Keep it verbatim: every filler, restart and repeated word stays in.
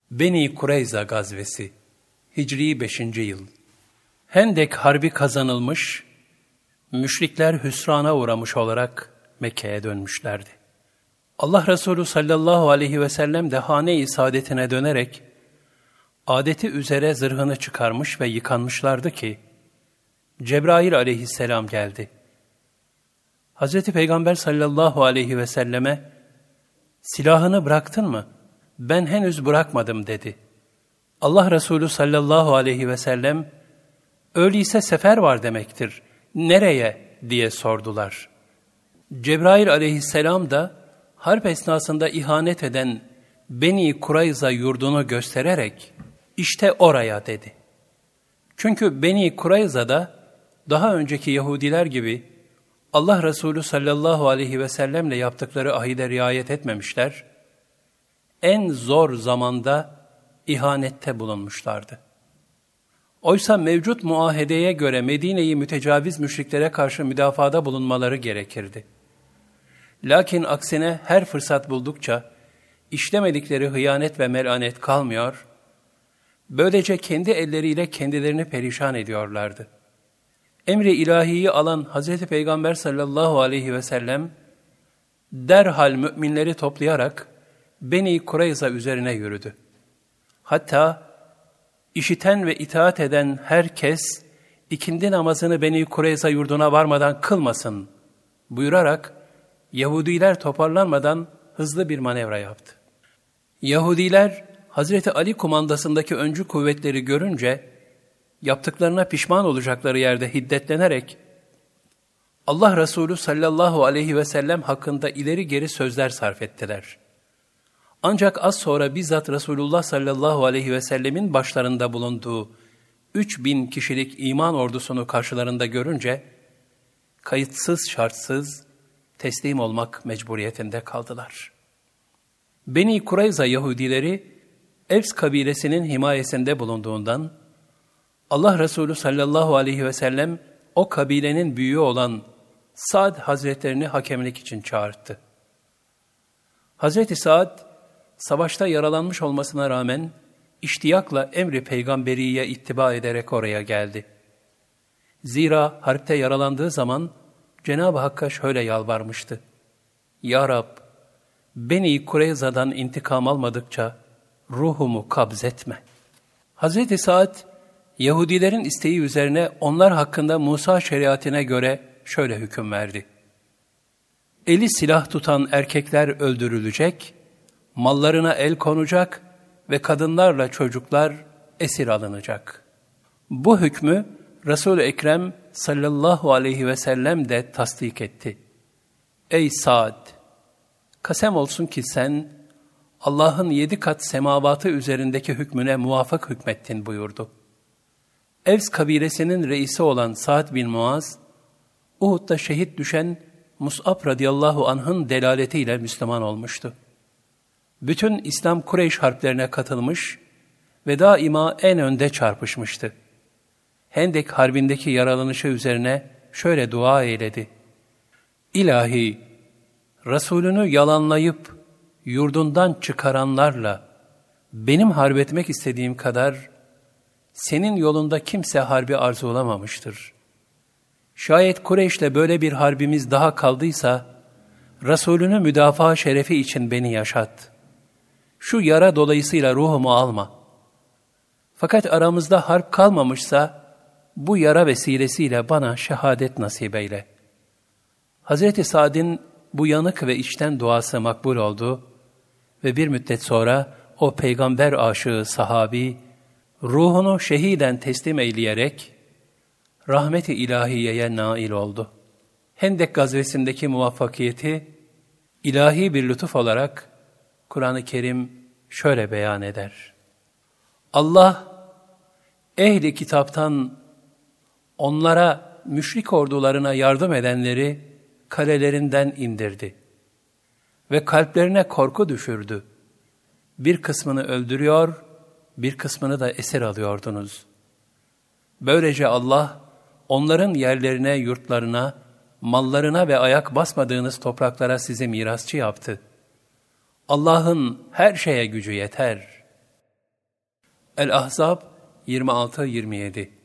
Beni Kureyza gazvesi, Hicri beşinci yıl. Hendek Harbi kazanılmış, müşrikler hüsrana uğramış olarak Mekke'ye dönmüşlerdi. Allah Resulü sallallahu aleyhi ve sellem de hane-i saadetine dönerek, adeti üzere zırhını çıkarmış ve yıkanmışlardı ki, Cebrail aleyhisselam geldi. Hazreti Peygamber sallallahu aleyhi ve selleme, silahını bıraktın mı? Ben henüz bırakmadım dedi. Allah Resulü sallallahu aleyhi ve sellem, öyleyse sefer var demektir. Nereye? diye sordular. Cebrail aleyhisselam da harp esnasında ihanet eden Beni Kureyza yurdunu göstererek, işte oraya dedi. Çünkü Beni Kureyza'da daha önceki Yahudiler gibi Allah Resulü sallallahu aleyhi ve sellemle yaptıkları ahide riayet etmemişler, en zor zamanda ihanette bulunmuşlardı. Oysa mevcut muahedeye göre Medine'yi mütecaviz müşriklere karşı müdafada bulunmaları gerekirdi. Lakin aksine her fırsat buldukça işlemedikleri hıyanet ve melanet kalmıyor, böylece kendi elleriyle kendilerini perişan ediyorlardı. Emri ilahiyi alan Hazreti Peygamber sallallahu aleyhi ve sellem, derhal müminleri toplayarak Beni Kureyza üzerine yürüdü. Hatta işiten ve itaat eden herkes ikindi namazını Beni Kureyza yurduna varmadan kılmasın buyurarak Yahudiler toparlanmadan hızlı bir manevra yaptı. Yahudiler Hazreti Ali kumandasındaki öncü kuvvetleri görünce yaptıklarına pişman olacakları yerde hiddetlenerek Allah Resulü sallallahu aleyhi ve sellem hakkında ileri geri sözler sarf ettiler. Ancak az sonra bizzat Resulullah sallallahu aleyhi ve sellemin başlarında bulunduğu üç bin kişilik iman ordusunu karşılarında görünce, kayıtsız şartsız teslim olmak mecburiyetinde kaldılar. Beni Kureyza Yahudileri, Evs kabilesinin himayesinde bulunduğundan, Allah Resulü sallallahu aleyhi ve sellem o kabilenin büyüğü olan Sa'd Hazretlerini hakemlik için çağırdı. Hazreti Sa'd, savaşta yaralanmış olmasına rağmen iştiyakla emri peygamberiye ittiba ederek oraya geldi. Zira harpte yaralandığı zaman Cenab-ı Hakk'a şöyle yalvarmıştı. Ya Rab, Beni Kureyza'dan intikam almadıkça ruhumu kabzetme. Hazreti Sa'd, Yahudilerin isteği üzerine onlar hakkında Musa şeriatine göre şöyle hüküm verdi. Eli silah tutan erkekler öldürülecek, mallarına el konacak ve kadınlarla çocuklar esir alınacak. Bu hükmü Resul-i Ekrem sallallahu aleyhi ve sellem de tasdik etti. Ey Sa'd! Kasem olsun ki sen Allah'ın yedi kat semavatı üzerindeki hükmüne muvafık hükmettin buyurdu. Evs kabilesinin reisi olan Sa'd bin Muaz, Uhud'da şehit düşen Mus'ab radıyallahu anh'ın delaletiyle Müslüman olmuştu. Bütün İslam Kureyş harplerine katılmış ve daima en önde çarpışmıştı. Hendek harbindeki yaralanışı üzerine şöyle dua eyledi. İlahi, Resulünü yalanlayıp yurdundan çıkaranlarla benim harp etmek istediğim kadar senin yolunda kimse harbi arzulamamıştır. Şayet Kureyş'le böyle bir harbimiz daha kaldıysa, Resulünü müdafaa şerefi için beni yaşat. Şu yara dolayısıyla ruhumu alma. Fakat aramızda harp kalmamışsa, bu yara vesilesiyle bana şehadet nasip eyle. Hazreti Sa'd'in bu yanık ve içten duası makbul oldu ve bir müddet sonra o peygamber aşığı sahabi, ruhunu şehiden teslim eyleyerek, rahmet-i ilahiyeye nail oldu. Hendek gazvesindeki muvaffakiyeti, ilahi bir lütuf olarak Kur'an-ı Kerim şöyle beyan eder. Allah, ehli kitaptan onlara, müşrik ordularına yardım edenleri kalelerinden indirdi ve kalplerine korku düşürdü. Bir kısmını öldürüyor, bir kısmını da esir alıyordunuz. Böylece Allah, onların yerlerine, yurtlarına, mallarına ve ayak basmadığınız topraklara sizi mirasçı yaptı. Allah'ın her şeye gücü yeter. El-Ahzab yirmi altı yirmi yedi